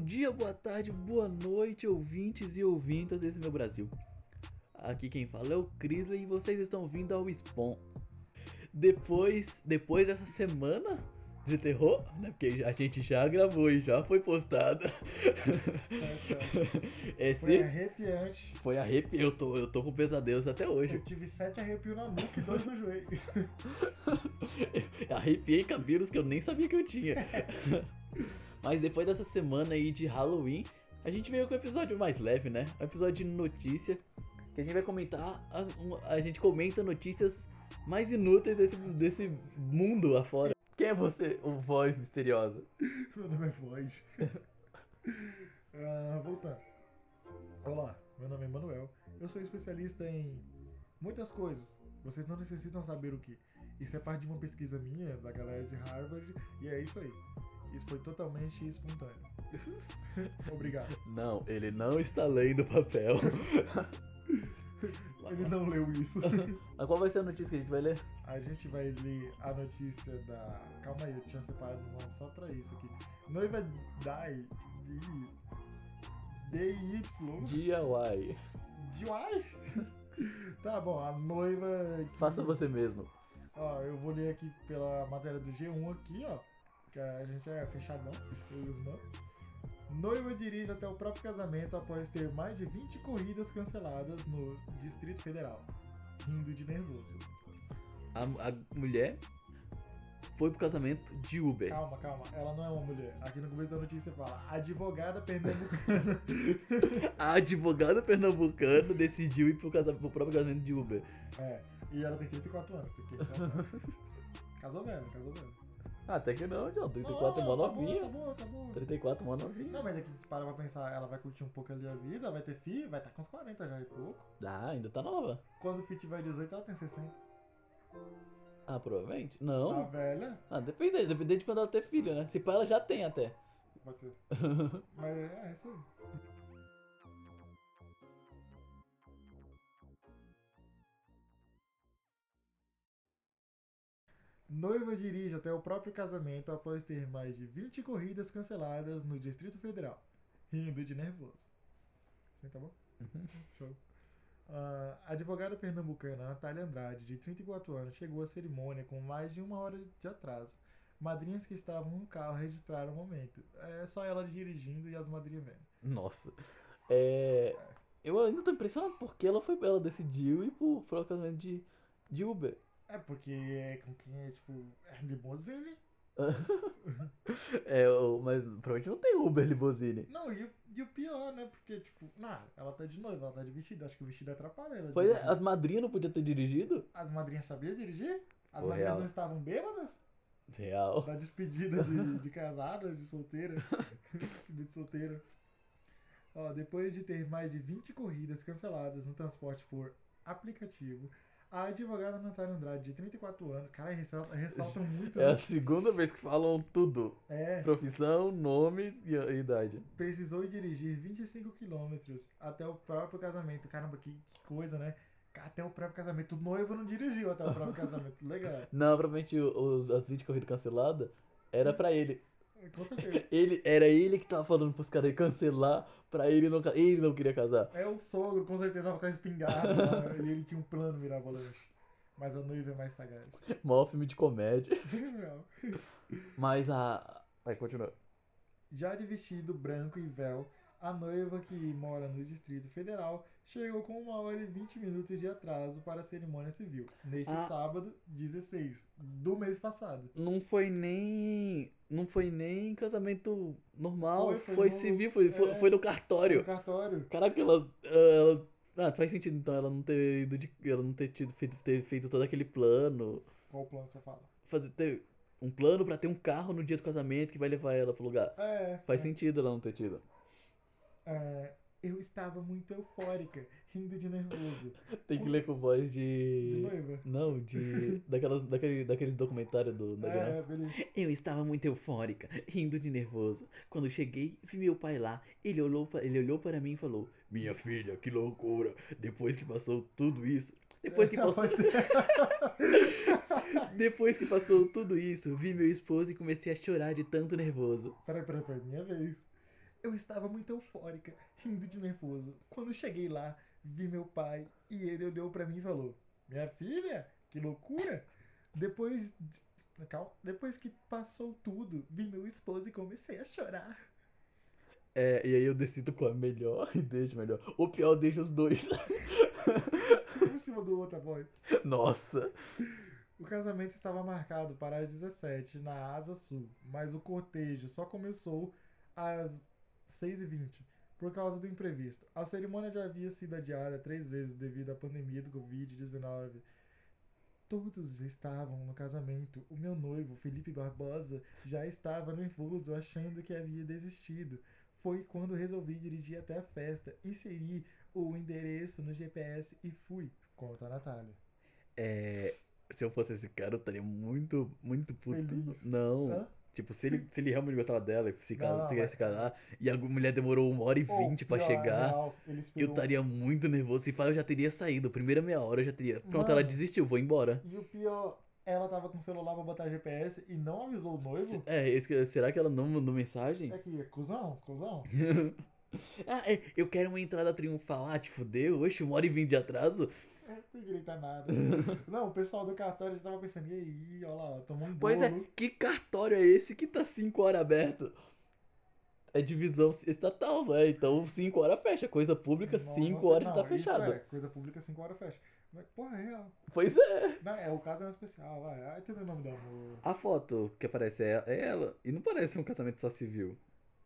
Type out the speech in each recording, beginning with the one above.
dia, boa tarde, boa noite, ouvintes e ouvintas desse meu Brasil. Aqui quem fala é o Crisley e vocês estão ouvindo ao Spawn. Depois dessa semana de terror, né? Porque a gente já gravou e já foi postado. Certo, certo. Foi Esse arrepiante. foi arrepio. Eu tô com pesadelos até Eu hoje. tive 7 arrepios na nuca e 2 no joelho. Arrepiei cabelos que eu nem sabia que eu tinha. Mas depois dessa semana aí de Halloween, a gente veio com um episódio mais leve, né? Um episódio de notícia. Que a gente vai comentar. A gente comenta notícias mais inúteis desse mundo afora. Quem é você, o voz misteriosa? Meu nome é Voz. Voltando. Olá, meu nome é Manuel. Eu sou especialista em muitas coisas. Vocês não necessitam saber o que. Isso é parte de uma pesquisa minha, da galera de Harvard, e é isso aí. Isso foi totalmente espontâneo. Obrigado. Não, ele não está lendo o papel. Ele não leu isso. Mas qual vai ser a notícia que a gente vai ler? A gente vai ler a notícia da. Calma aí, eu tinha separado um nome só pra isso aqui. Noiva Dai. DY. DIY. DIY? Tá bom, a noiva. Que... Faça você mesmo. Ó, eu vou ler aqui pela matéria do G1 aqui, ó. Que a gente é fechadão, eu e os mano. Noiva dirige até o próprio casamento após ter mais de 20 corridas canceladas no Distrito Federal. Rindo de nervoso. A mulher foi pro casamento de Uber. Calma, calma, ela não é uma mulher. Aqui no começo da notícia fala advogada pernambucana. A advogada pernambucana decidiu ir pro próprio casamento de Uber. É, e ela tem 34 anos, tem que ressaltar. Casou velho, casou velho. Ah, até que não, João. 34 é mó novinha. Tá bom, tá bom. 34 mó novinha. Não, mas aqui se para pra pensar, ela vai curtir um pouco ali a vida, vai ter filho, vai estar com uns 40 já e pouco. Ah, ainda tá nova. Quando o filho tiver 18, ela tem 60. Ah, provavelmente. Tá Não. velha? Ah, depende de quando ela ter filho, né? Se pá, ela já tem até. Pode ser. Mas é isso aí. Noiva dirige até o próprio casamento após ter mais de 20 corridas canceladas no Distrito Federal. Rindo de nervoso. Sim, tá bom? Show. A advogada pernambucana Natália Andrade, de 34 anos, chegou à cerimônia com mais de uma hora de atraso. Madrinhas que estavam no carro registraram o momento. É só ela dirigindo e as madrinhas vendo. Nossa. É. Eu ainda tô impressionado porque ela decidiu ir pro casamento de Uber. É porque é com quem é tipo. É limousine? Mas provavelmente não tem Uber Limousine. Não, e o pior, né? Porque, tipo, ela tá de noiva, ela tá de vestido. Acho que o vestido atrapalha ela Pois é, dirigir. as madrinhas não podiam ter dirigido? As madrinhas sabiam dirigir? As Pô, madrinhas real. não estavam bêbadas? Real. Da despedida de casada, de solteira. Despedida de solteira. Ó, depois de ter mais de 20 corridas canceladas no transporte por aplicativo, a advogada Natália Andrade, de 34 anos, cara, ressalta muito, É a né? segunda vez que falam tudo. É, Profissão, nome e a idade. precisou dirigir 25 quilômetros até o próprio casamento. Caramba, que coisa, né? Até o próprio casamento. O noivo não dirigiu até o próprio casamento. Legal. Não, provavelmente as 20 corridas canceladas era pra ele. Com certeza. Era ele que tava falando pros caras cancelar pra ele não queria casar. É o sogro, com certeza, tava com a espingarda lá. E ele tinha um plano mirabolante. Mas a noiva é mais sagaz. Maior filme de comédia. Legal. Mas a. Vai, continua. Já de vestido branco e véu, a noiva, que mora no Distrito Federal, chegou com 1 hora e 20 minutos de atraso para a cerimônia civil, neste Ah, sábado, 16 do mês passado. não foi nem. Não foi nem casamento normal. Foi Foi no. civil, foi no Foi no cartório. cartório. Caraca, ela. Ah, faz sentido então ela não ter ido de. Ela não ter ter feito todo aquele plano. Qual plano você fala? Ter um plano pra ter um carro no dia do casamento que vai levar ela pro lugar. É, Faz sentido ela não ter tido. é, eu estava muito eufórica, rindo de nervoso. Tem que ler com voz De de. noiva. Não, de. Daquele documentário do Nacional. Beleza. Eu estava muito eufórica, rindo de nervoso. Quando cheguei, vi meu pai lá. Ele olhou para mim e falou: Minha filha, que loucura. Depois que passou tudo isso. Depois que passou. Depois que passou tudo isso, vi meu esposo e comecei a chorar de tanto nervoso. Peraí, minha vez. Eu estava muito eufórica, rindo de nervoso. Quando cheguei lá, vi meu pai e ele olhou pra mim e falou: Minha filha, que loucura! Depois. Calma. Depois que passou tudo, vi meu esposo e comecei a chorar. E aí eu decido qual é melhor e deixo melhor. O pior, eu deixo os dois. Um por cima do outro, a voz. Nossa. O casamento estava marcado para as 17 na Asa Sul, mas o cortejo só começou às 6h20 por causa do imprevisto. A cerimônia já havia sido adiada 3 vezes devido à pandemia do Covid-19. Todos estavam no casamento. O meu noivo, Felipe Barbosa, já estava nervoso, achando que havia desistido. Foi quando resolvi dirigir até a festa, inseri o endereço no GPS e fui, conta a Natália. É, se eu fosse esse cara, eu estaria muito, muito puto. Feliz. Não. Hã? Tipo, se ele realmente gostava dela e se Não, queria mas. se casar, e a mulher demorou 1h20 pra Pior, é chegar, real. Ele eu esperou. estaria muito nervoso. Se fala, eu já teria saído. Primeira meia hora eu já teria. Pronto, ela Mano, desistiu, vou embora. e o pior, ela tava com o celular pra botar GPS e não avisou o noivo? Será que ela não mandou mensagem? É que, cuzão, cuzão. Eu quero uma entrada triunfal. Ah, te fudeu? Oxe, 1h20 de atraso? É, não tem direito a nada. Não, o pessoal do cartório já tava pensando, e aí, olha lá, ó, tomou um Pois é, bolo. que cartório é esse que tá 5 horas aberto? É divisão estatal, não é? Então 5 horas fecha. Coisa pública, Não, não 5 sei. horas tá Não, isso é fechado. coisa pública 5 horas fecha. Mas, porra, é real. Pois é. Não, é, o caso é um especial, vai. Aí tem o nome do amor. A foto que aparece é ela. E não parece um casamento só civil.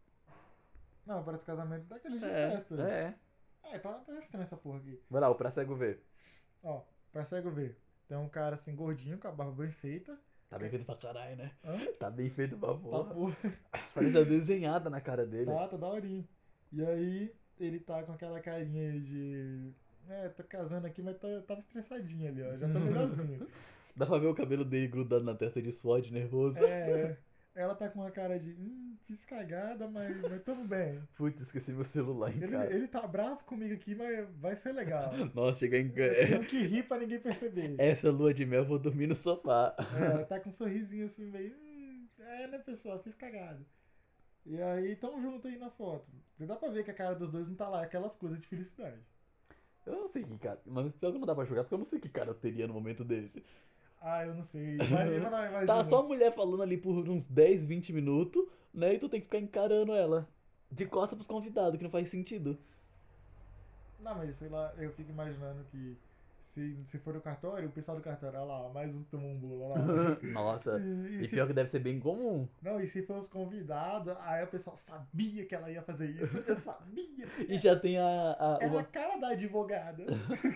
Não, parece casamento daqueles de É, festa. é. É, tá estranha essa porra aqui. Vai lá, o pra cego ver. Ó, pra cego ver. Tem um cara assim, gordinho, com a barba bem feita. Tá bem feito pra caralho, né? Hã? Tá bem feito pra Tá, porra. porra. Parece a desenhada na cara dele. Tá daorinha. E aí, ele tá com aquela carinha de. É, tô casando aqui, mas tava estressadinho ali, ó. Já tô melhorzinho. Dá pra ver o cabelo dele grudado na testa de suor de nervoso. É. Ela tá com uma cara de. Fiz cagada, mas tamo bem. Putz, esqueci meu celular em casa. Ele tá bravo comigo aqui, mas vai ser legal. Nossa, cheguei em. Eu tenho que rir pra ninguém perceber. Essa lua de mel eu vou dormir no sofá. É, ela tá com um sorrisinho assim, meio. É, né, pessoal? Fiz cagada. E aí, tão junto aí na foto. Você dá pra ver que a cara dos dois não tá lá, é aquelas coisas de felicidade. Eu não sei que cara. Mas pior que não dá pra jogar, porque eu não sei que cara eu teria no momento desse. Ah, eu não sei. Imagina, não, Tá só imagina. a mulher falando ali por uns 10, 20 minutos, né? E tu tem que ficar encarando ela. De costas pros convidados, que não faz sentido. Não, mas sei lá, eu fico imaginando que se for no cartório, o pessoal do cartório, olha lá, mais um que tomou um bolo, olha lá. Nossa. E E se, pior que deve ser bem comum. não, e se for os convidados, aí o pessoal sabia que ela ia fazer isso. Eu sabia. E já tem É a cara da advogada.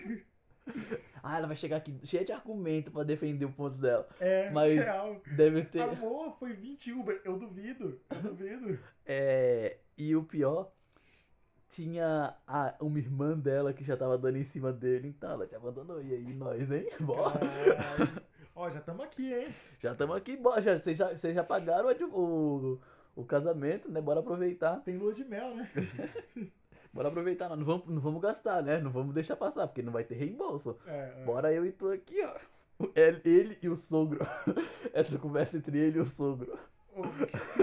ela vai chegar aqui cheia de argumento pra defender o ponto dela. É, Mas real. deve ter. Amor, foi 20 Uber. Eu duvido. Eu duvido. E o pior, tinha uma irmã dela que já tava dando em cima dele, então ela te abandonou. E aí, nós, hein? Bora. Caralho. Ó, já estamos aqui, hein? Já estamos aqui, bora. Vocês já pagaram o casamento, né? Bora aproveitar. Tem lua de mel, né? Bora aproveitar. Não vamos gastar, né? Não vamos deixar passar, porque não vai ter reembolso. É. Bora eu e tu aqui, ó. Ele e o sogro. Essa conversa entre ele e o sogro. O...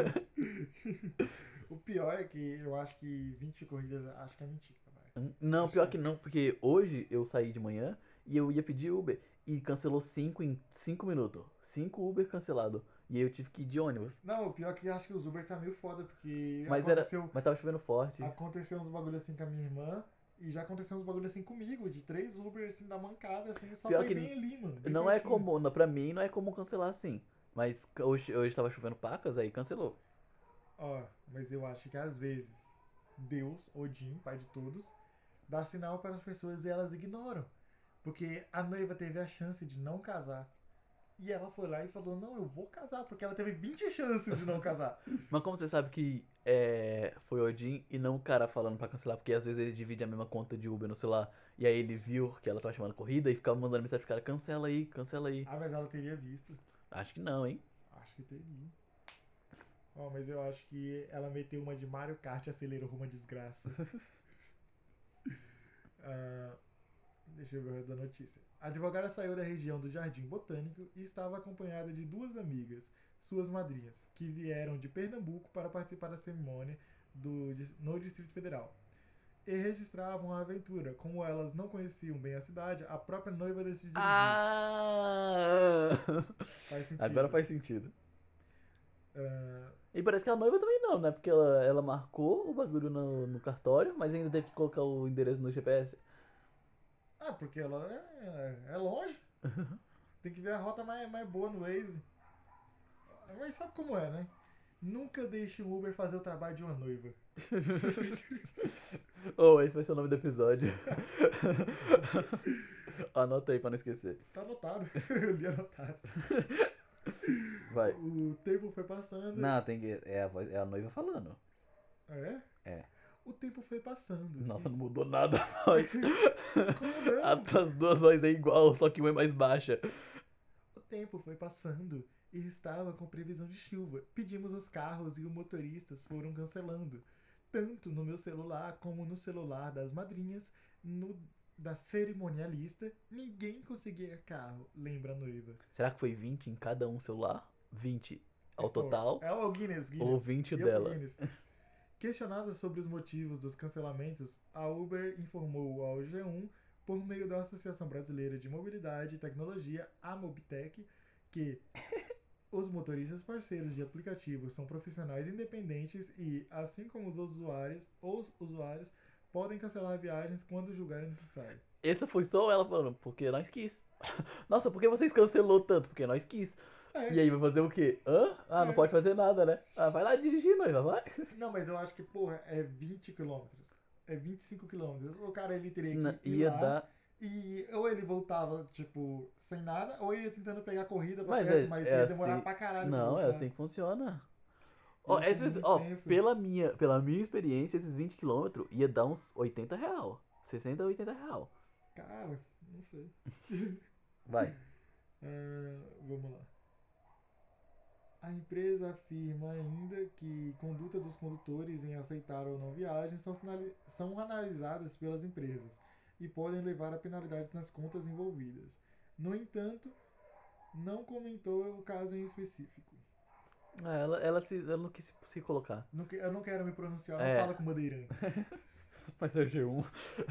o pior é que eu acho que 20 corridas, acho que é mentira, vai. Não, Acho pior que... que não, porque hoje eu saí de manhã e eu ia pedir Uber e cancelou 5 em 5 minutos. 5 Uber cancelado. E aí eu tive que ir de ônibus. Não, o pior é que eu acho que o Uber tá meio foda, porque Mas tava chovendo forte. aconteceu uns bagulho assim com a minha irmã, e já aconteceu uns bagulho assim comigo, de 3 Uber assim da mancada, assim, só Pior pra ir que bem ali, mano, bem não é pertinho. comum, pra mim não é comum cancelar assim. Mas hoje tava chovendo pacas, aí cancelou. Ó, mas eu acho que às vezes Deus, Odin, pai de todos, dá sinal para as pessoas e elas ignoram. Porque a noiva teve a chance de não casar. E ela foi lá e falou: Não, eu vou casar, porque ela teve 20 chances de não casar. Mas como você sabe que foi o Odin e não o cara falando pra cancelar? Porque às vezes ele divide a mesma conta de Uber no celular. E aí ele viu que ela tava chamando corrida e ficava mandando mensagem pro cara: cancela aí, cancela aí. Ah, mas ela teria visto. Acho que não, hein? Acho que teria. Ó, mas eu acho que ela meteu uma de Mario Kart e acelerou uma desgraça. Ah, deixa eu ver o resto da notícia. A advogada saiu da região do Jardim Botânico e estava acompanhada de duas amigas, suas madrinhas, que vieram de Pernambuco para participar da cerimônia no Distrito Federal. E registravam a aventura. Como elas não conheciam bem a cidade, a própria noiva decidiu dirigir. Ah! Faz Agora sentido. faz sentido. Ah, E parece que a noiva também não, né? Porque ela marcou o bagulho no cartório, mas ainda teve que colocar o endereço no GPS. porque ela é longe. Tem que ver a rota mais boa no Waze. Mas sabe como é, né? Nunca deixe o Uber fazer o trabalho de uma noiva. Oh, esse vai ser o nome do episódio. Anota aí pra não esquecer. Tá anotado. Eu li anotado. Vai. O tempo foi passando. Não, tem que. É a noiva falando. É? É. O tempo foi passando. Nossa, não mudou nada a voz. Como não? As duas vozes é igual, só que uma é mais baixa. O tempo foi passando e estava com previsão de chuva. Pedimos os carros e os motoristas foram cancelando. Tanto no meu celular como no celular das madrinhas, no da cerimonialista, ninguém conseguia carro, lembra a noiva. Será que foi 20 em cada um celular? 20 ao Store. total? É o Guinness, Ou Guinness. 20 Ia pro dela? Guinness. Questionada sobre os motivos dos cancelamentos, a Uber informou ao G1, por meio da Associação Brasileira de Mobilidade e Tecnologia, a Mobitec, que os motoristas parceiros de aplicativos são profissionais independentes e, assim como os usuários podem cancelar viagens quando julgarem necessário. Essa foi só ela falando, porque nós quis. Nossa, por que vocês cancelou tanto? Porque nós quis. E É, aí, vai fazer o quê? Hã? Ah, não é. pode fazer nada, né? Ah, vai lá dirigir, noiva, vai. Não, mas eu acho que, porra, é 20 quilômetros. É 25 quilômetros. O cara, ele teria que ir Ia lá dar. e ou ele voltava, tipo, sem nada, ou ele ia tentando pegar corrida pra Mas perto, é, mas é ia demorar assim. pra caralho pra Não, é voltar. assim que funciona. Ó, Ia ser muito tenso. pela minha experiência, esses 20 quilômetros ia dar uns R$ 80. 60 a R$ 80. Cara, não sei. Vai. Vamos lá. A empresa afirma ainda que conduta dos condutores em aceitar ou não viagens são analisadas pelas empresas e podem levar a penalidades nas contas envolvidas. No entanto, não comentou o caso em específico. Ela não quis se colocar. Eu não quero me pronunciar, não É. fala com bandeirantes. Mas é o G1.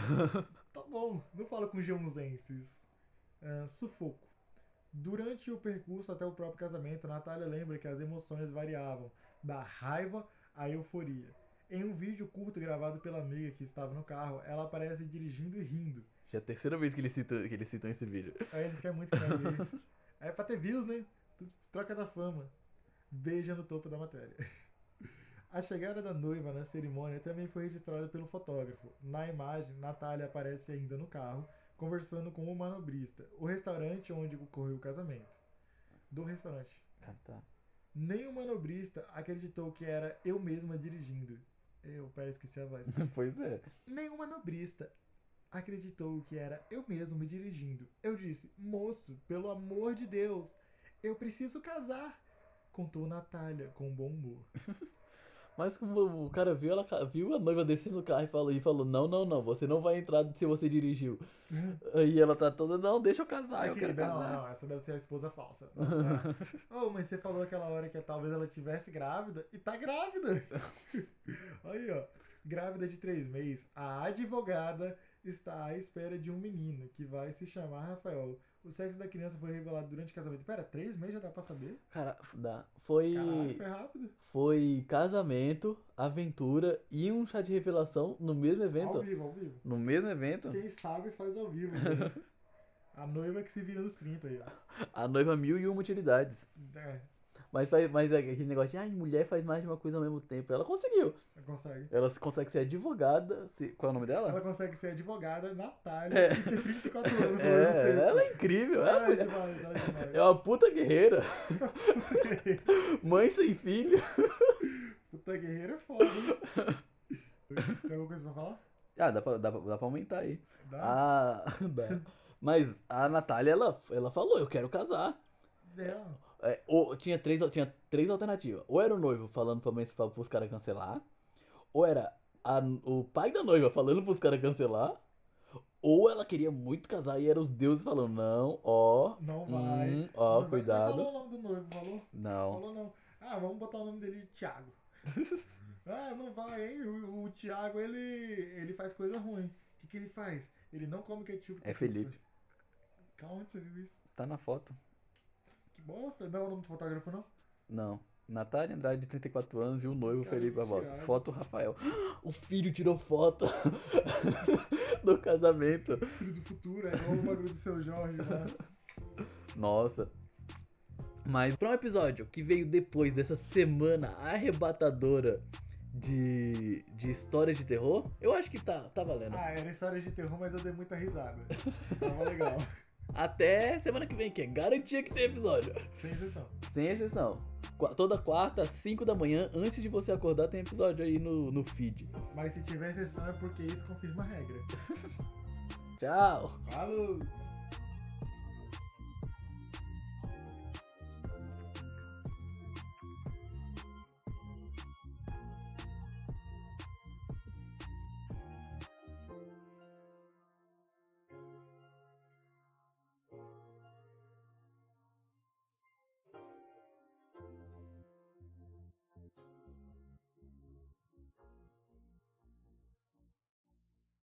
Tá bom, não fala com geonzenses. Sufoco. Durante o percurso até o próprio casamento, Natália lembra que as emoções variavam da raiva à euforia. Em um vídeo curto gravado pela amiga que estava no carro, ela aparece dirigindo e rindo. Já é a terceira vez que eles citam esse vídeo. Aí eles querem muito que nós vê. É pra ter views, né? Troca da fama. Veja no topo da matéria. A chegada da noiva na cerimônia também foi registrada pelo fotógrafo. Na imagem, Natália aparece ainda no carro, conversando com o manobrista, o restaurante onde ocorreu o casamento. Do restaurante. Ah, tá. Nem o manobrista acreditou que era eu mesma dirigindo. Eu, pera, esqueci a voz. Pois é. Nem o manobrista acreditou que era eu mesmo dirigindo. Eu disse, moço, pelo amor de Deus, eu preciso casar. Contou Natália com bom humor. Mas como o cara viu a noiva descendo do carro e falou: Não, não, não, você não vai entrar se você dirigiu. Aí ela tá toda: Não, deixa eu casar, Minha eu quero querida, não, casar. não, essa deve ser a esposa falsa. Não, tá. Oh, mas você falou aquela hora que talvez ela estivesse grávida e tá grávida. Aí, ó. Grávida de 3 meses, a advogada está à espera de um menino que vai se chamar Rafael. O sexo da criança foi revelado durante o casamento. Pera, 3 meses já dá pra saber? Cara, dá. Caralho, Foi. foi rápido. Foi casamento, aventura e um chá de revelação no mesmo Ao evento. vivo, ao vivo. No mesmo evento? Quem sabe faz ao vivo, entendeu? A noiva que se vira nos 30 aí, ó. A noiva mil e uma utilidades. É, Mas é aquele negócio de, ai, mulher faz mais de uma coisa ao mesmo tempo. Ela conseguiu. consegue. Ela consegue ser advogada. Qual é o nome Ela dela? consegue ser advogada, Natália, É. e ter 34 anos ao mesmo É, ela tempo. é incrível. Ela é demais, ela é É demais. uma puta guerreira. Puta guerreira. Mãe sem filho. Puta guerreira é foda, hein? Tem alguma coisa pra falar? Ah, dá pra aumentar aí. Dá? Ah, dá. Mas a Natália, ela falou, eu quero casar. Dela. Tinha três alternativas. Ou era o noivo falando pros caras cancelar. Ou era o pai da noiva falando pros caras cancelar. Ou ela queria muito casar e eram os deuses falando, não, ó, Não vai. ó, Não vai. Mas falou cuidado. o nome do noivo, falou? Não. Falou não. Ah, vamos botar o nome dele de Thiago. Ah, não vai, hein? O Thiago, ele faz coisa ruim. O que ele faz? Ele não come ketchup com É pizza. Felipe. Calma, onde você viu isso? Tá na foto. Que bosta. Não é o nome do fotógrafo, não? Não. Natália Andrade, de 34 anos, e o noivo Cara Felipe do Barbosa. Thiago. Foto Rafael. O filho tirou foto do casamento. Filho do futuro, é igual o bagulho do seu Jorge lá. Nossa. Mas pra um episódio que veio depois dessa semana arrebatadora de histórias de terror, eu acho que tá valendo. Ah, era história de terror, mas eu dei muita risada. Tava legal. Até semana que vem, que é garantia que tem episódio. Sem exceção. Sem exceção. Toda quarta, às 5 da manhã, antes de você acordar, tem episódio aí no feed. Mas se tiver exceção é porque isso confirma a regra. Tchau! Falou!